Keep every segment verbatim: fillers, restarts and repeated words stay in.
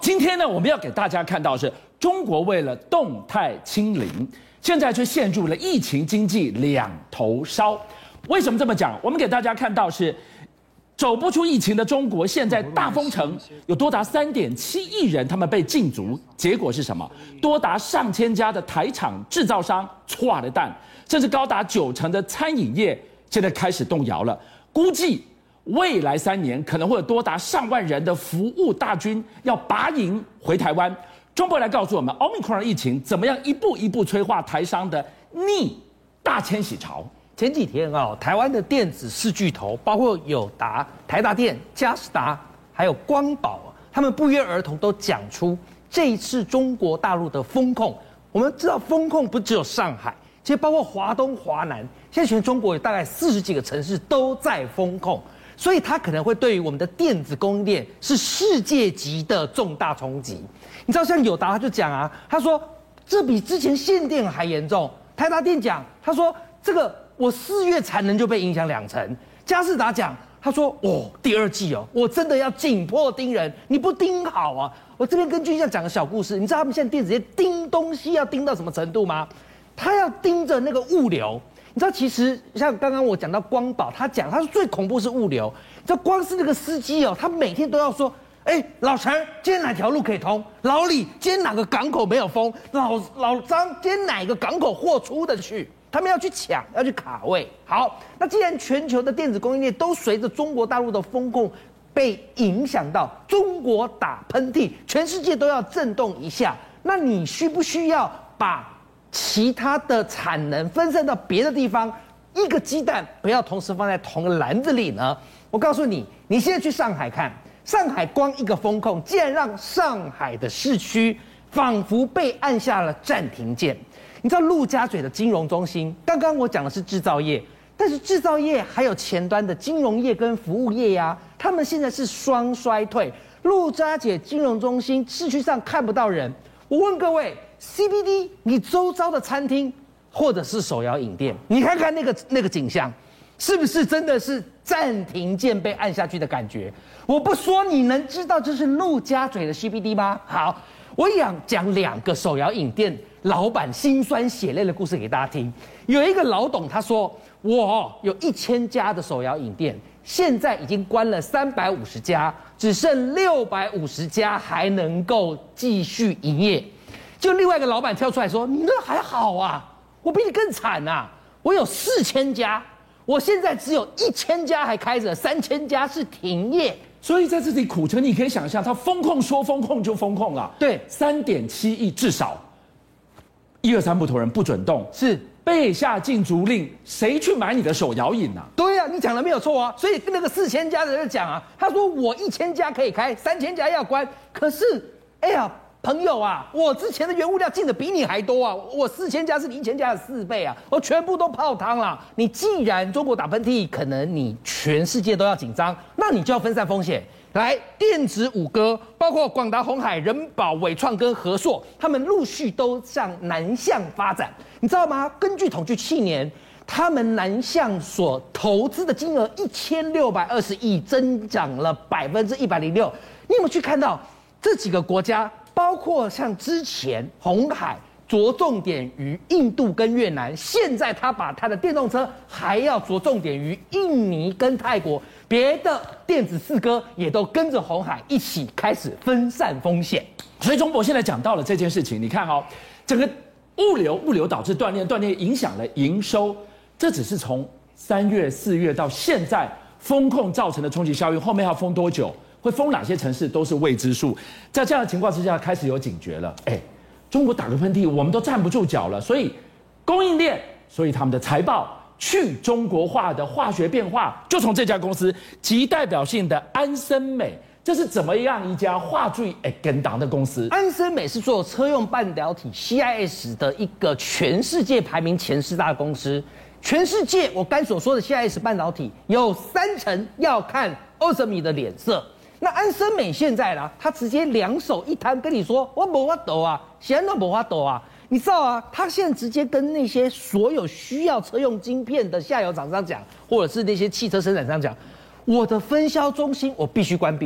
今天呢，我们要给大家看到的是中国为了动态清零，现在却陷入了疫情经济两头烧。为什么这么讲？我们给大家看到是走不出疫情的中国，现在大封城，有多达三点七亿人，他们被禁足。结果是什么？多达上千家的台厂制造商唰了蛋，甚至高达九成的餐饮业现在开始动摇了。估计未来三年可能会有多达上万人的服务大军要拔营回台湾。中国来告诉我们 ，Omicron 疫情怎么样一步一步催化台商的逆大迁徙潮。 前几天啊、哦，台湾的电子四巨头，包括友达、台达电、嘉士达，还有光宝，他们不约而同都讲出这一次中国大陆的封控。我们知道封控不只有上海，其实包括华东、华南，现在全中国有大概四十几个城市都在封控。所以它可能会对于我们的电子供应链是世界级的重大冲击。你知道，像友达他就讲啊，他说这比之前限电还严重。台达电讲，他说这个我四月产能就被影响两成。嘉士达讲，他说哦，第二季哦，我真的要紧迫盯人，你不盯好啊。我这边跟君相讲个小故事，你知道他们现在电子业盯东西要盯到什么程度吗？他要盯着那个物流。你知道，其实像刚刚我讲到光宝，他讲他说最恐怖是物流。你知道，光是那个司机哦，他每天都要说：“哎、欸，老陈，今天哪条路可以通？老李，今天哪个港口没有封？老老张，今天哪个港口货出得去？”他们要去抢，要去卡位。好，那既然全球的电子供应链都随着中国大陆的风控被影响到，中国打喷嚏，全世界都要震动一下，那你需不需要把其他的产能分散到别的地方，一个鸡蛋不要同时放在同一个篮子里呢？我告诉你，你现在去上海看，上海光一个风控，竟然让上海的市区仿佛被按下了暂停键。你知道陆家嘴的金融中心，刚刚我讲的是制造业，但是制造业还有前端的金融业跟服务业呀、啊，他们现在是双衰退。陆家嘴金融中心市区上看不到人，我问各位。C B D， 你周遭的餐厅或者是手摇饮店，你看看那个那个景象，是不是真的是暂停键被按下去的感觉？我不说，你能知道这是陆家嘴的 C B D 吗？好，我想讲两个手摇饮店老板辛酸血泪的故事给大家听。有一个老董他说，我有一千家的手摇饮店，现在已经关了三百五十家，只剩六百五十家还能够继续营业。就另外一个老板跳出来说：“你那还好啊，我比你更惨啊！我有四千家，我现在只有一千家还开着，三千家是停业。 所以在这里苦撑，你可以想象，他风控说风控就风控了。 对， 三点七亿至少，一二三木头人不准动， 是被下禁足令，谁去买你的手摇饮啊？ 对啊，你讲的没有错啊。所以那个四千家的人讲啊，他说我一千家可以开，三千家要关，可是，哎呀。”朋友啊，我之前的原物料进的比你还多啊！我四千家是你一千家的四倍啊！我全部都泡汤了。你既然中国打喷嚏，可能你全世界都要紧张，那你就要分散风险。来，电子五哥，包括广达、鸿海、人保、伟创跟和硕，他们陆续都向南向发展。你知道吗？根据统计，去年他们南向所投资的金额一千六百二十亿，增长了百分之一百零六。你有没有去看到这几个国家？包括像之前鸿海着重点于印度跟越南，现在他把他的电动车还要着重点于印尼跟泰国，别的电子四哥也都跟着鸿海一起开始分散风险。 所以中国现在讲到了这件事情，你看哦，整个物流物流导致断裂，断裂影响了营收，这只是从三月四月到现在风控造成的冲击效应，后面要封多久？会封哪些城市都是未知数，在这样的情况之下，开始有警觉了。哎，中国打个喷嚏，我们都站不住脚了。所以供应链，所以他们的财报去中国化的化学变化，就从这家公司极代表性的安森美，这是怎么样一家化最哎跟档的公司？ 安森美是做车用半导体 C I S 的一个全世界排名前四大公司。全世界我刚所说的 C I S 半导体有三成要看欧泽米的脸色。那安森美现在啦，他直接两手一摊跟你说，我没法抖啊，现在都没法抖啊。你知道啊，他现在直接跟那些所有需要车用晶片的下游厂商讲，或者是那些汽车生产商讲，我的分销中心我必须关闭，我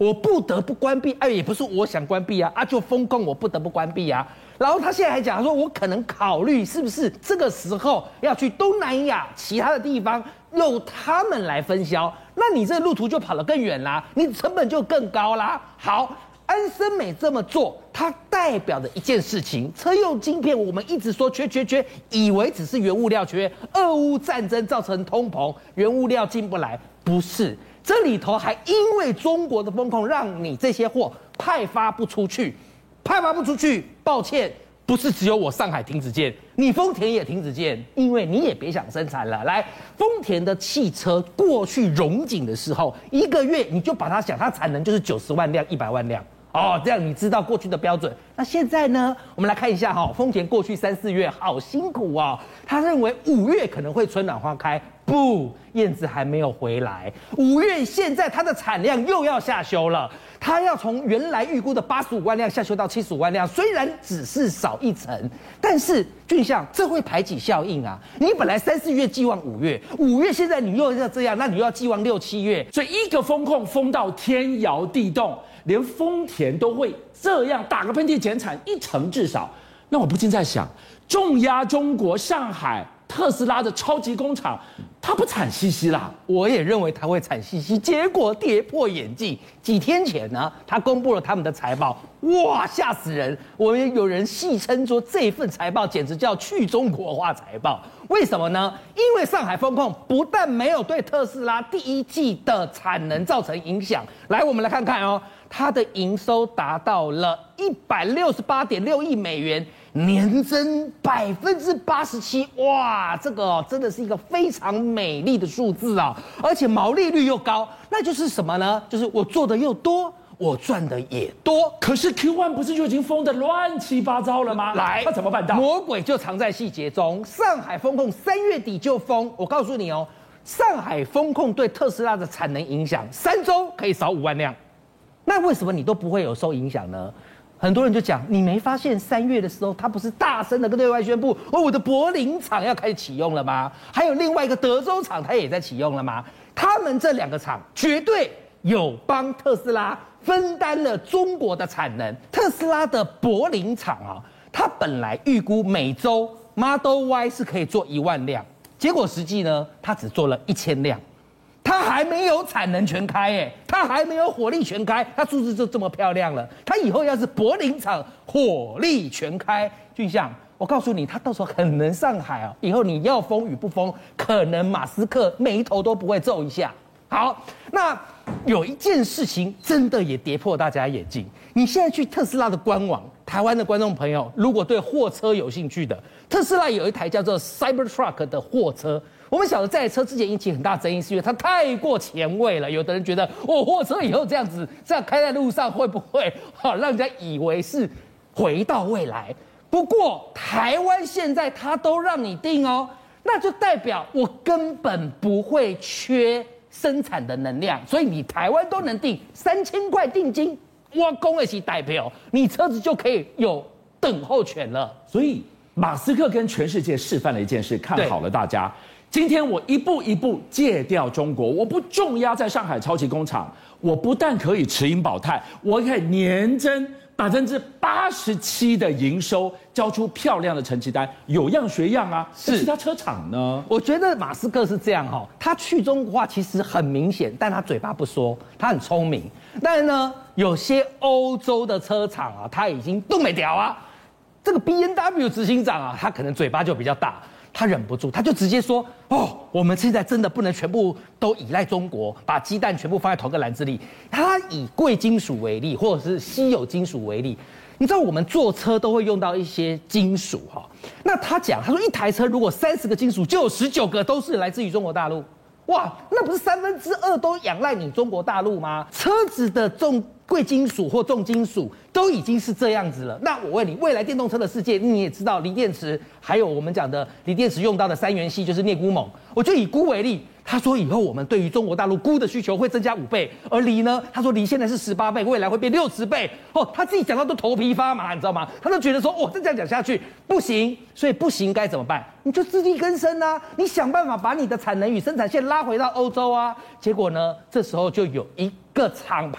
我不得不关闭，哎，也不是我想关闭啊，啊，就封控，我不得不关闭啊。然后他现在还讲说，我可能考虑是不是这个时候要去东南亚其他的地方，由他们来分销，那你这路途就跑得更远啦，你成本就更高啦。好。安森美这么做，它代表的一件事情，车用晶片，我们一直说缺缺缺，以为只是原物料缺，俄乌战争造成通膨，原物料进不来，不是，这里头还因为中国的风控，让你这些货派发不出去，派发不出去，抱歉。不是只有我上海停止建，你丰田也停止建，因为你也别想生产了。来，丰田的汽车过去荣景的时候，一个月你就把它想，它产能就是九十万辆、一百万辆哦，这样你知道过去的标准。那现在呢？我们来看一下哈、哦，丰田过去三四月好辛苦哦，他认为五月可能会春暖花开。不，燕子还没有回来。五月现在它的产量又要下修了，它要从原来预估的八十五万辆下修到七十五万辆，虽然只是少一层，但是俊相这会排挤效应啊！你本来三四月寄望五月，五月现在你又要这样，那你又要寄望六七月， 所以一个风控封到天摇地动，连丰田都会这样打个喷嚏减产一成至少。那我不禁在想，重压中国上海。特斯拉的超级工厂，它不产西西啦？ 我也认为它会产西西，结果跌破眼镜。几天前呢，它公布了他们的财报，哇，吓死人！我们有人戏称说，这份财报简直叫去中国化财报。为什么呢？因为上海风控不但没有对特斯拉第一季的产能造成影响，来，我们来看看哦，它的营收达到了一百六十八点六亿美元。年增百分之八十七，哇，这个、哦、真的是一个非常美丽的数字啊！而且毛利率又高，那就是什么呢？就是我做的又多，我赚的也多。 可是 Q 一 不是就已经封的乱七八糟了吗？ 来， 他怎么办到？ 魔鬼就藏在细节中。上海风控三月底就封，我告诉你哦，上海风控对特斯拉的产能影响，三周可以少五万辆。那为什么你都不会有受影响呢？很多人就讲，你没发现三月的时候，他不是大声的跟对外宣布，哦，我的柏林厂要开始启用了吗？还有另外一个德州厂，它也在启用了吗？他们这两个厂绝对有帮特斯拉分担了中国的产能。特斯拉的柏林厂啊，它本来预估每周 Model Y 是可以做一万辆，结果实际呢，它只做了一千辆。它还没有产能全开，哎，它还没有火力全开，它数字就这么漂亮了。它以后要是柏林厂火力全开，俊相，我告诉你，它到时候很能上海啊！以后你要封与不封，可能马斯克眉头都不会皱一下。好，那有一件事情真的也跌破大家眼镜。你现在去特斯拉的官网，台湾的观众朋友，如果对货车有兴趣的，特斯拉有一台叫做 Cybertruck 的货车。我们晓得这台车之前引起很大争议，是因为它太过前卫了。有的人觉得，哦，货车以后这样子这样开在路上，会不会哈让人家以为是回到未来？不过台湾现在它都让你订哦，那就代表我根本不会缺生产的能量，所以你台湾都能订三千块定金，我恭喜代表你车子就可以有等候权了。 所以马斯克跟全世界示范了一件事，看好了大家。今天我一步一步戒掉中国，我不重压在上海超级工厂，我不但可以持盈保泰，我可以年增百分之八十七的营收，交出漂亮的成绩单，有样学样啊。是其他车厂呢？ 我觉得马斯克是这样哈，他去中国化其实很明显，但他嘴巴不说，他很聪明。但是呢，有些欧洲的车厂啊，他已经动没掉啊。这个 B N W 执行长啊，他可能嘴巴就比较大。他忍不住，他就直接说：“哦，我们现在真的不能全部都依赖中国，把鸡蛋全部放在同个篮子里。”他以贵金属为例，或者是稀有金属为例，你知道我们坐车都会用到一些金属哈。那他讲，他说一台车如果三十个金属，就有十九个都是来自于中国大陆。哇，那不是三分之二都仰赖你中国大陆吗？车子的重贵金属或重金属都已经是这样子了。那我问你，未来电动车的世界，你也知道锂电池，还有我们讲的锂电池用到的三元烯就是镍钴锰。我就以钴为例，他说以后我们对于中国大陆钴的需求会增加五倍，而锂呢，他说锂现在是十八倍，未来会变六十倍。哦，他自己讲到都头皮发麻，你知道吗？他都觉得说，哦，再这样讲下去不行，所以不行该怎么办？你就自力更生啊，你想办法把你的产能与生产线拉回到欧洲啊。结果呢，这时候就有一个厂牌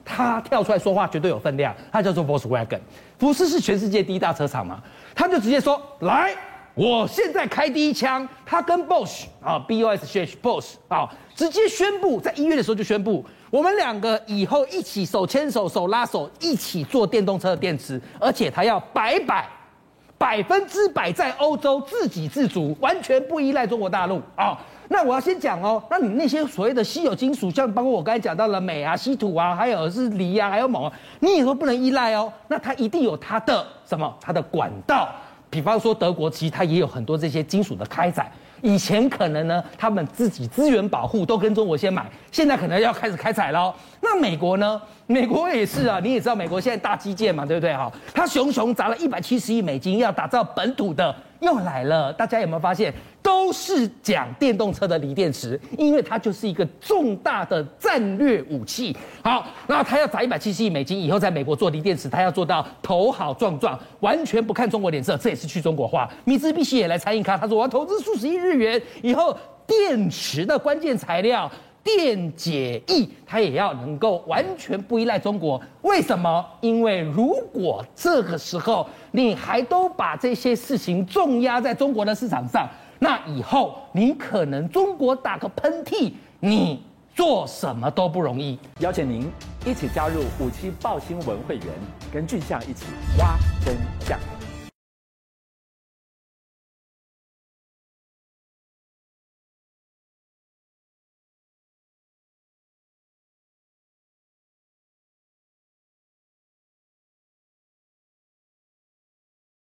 他跳出来说话绝对有分量，他叫做 Volkswagen。福斯是全世界第一大车厂嘛，他就直接说来。我现在开第一枪，他跟 Bosch 啊 ，B O S S H Bosch 啊，直接宣布，在一月的时候就宣布，我们两个以后一起手牵手、手拉手，一起做电动车的电池，而且他要百百百分之百在欧洲自给自足，完全不依赖中国大陆啊。那我要先讲哦，那你那些所谓的稀有金属，像包括我刚才讲到了镁啊、稀土啊，还有是锂啊，还有锰啊，你也都不能依赖哦。那它一定有它的什么？它的管道。比方说德国，其实它也有很多这些金属的开采。以前可能呢，他们自己资源保护都跟中国先买，现在可能要开始开采喽。那美国呢？美国也是啊，你也知道美国现在大基建嘛，对不对？哈，它熊熊砸了一百七十亿美金，要打造本土的，又来了。大家有没有发现，都是讲电动车的锂电池，因为它就是一个重大的战略武器。好，那他要砸一百七十亿美金，以后在美国做锂电池，他要做到头好壮壮，完全不看中国脸色，这也是去中国化。米兹必须也来参与咖，他说我要投资数十亿日元，以后电池的关键材料。电解液，它也要能够完全不依赖中国。为什么？因为如果这个时候你还都把这些事情重压在中国的市场上，那以后你可能中国打个喷嚏，你做什么都不容易。 邀请您一起加入五七爆新闻会员，跟俊相一起挖真相。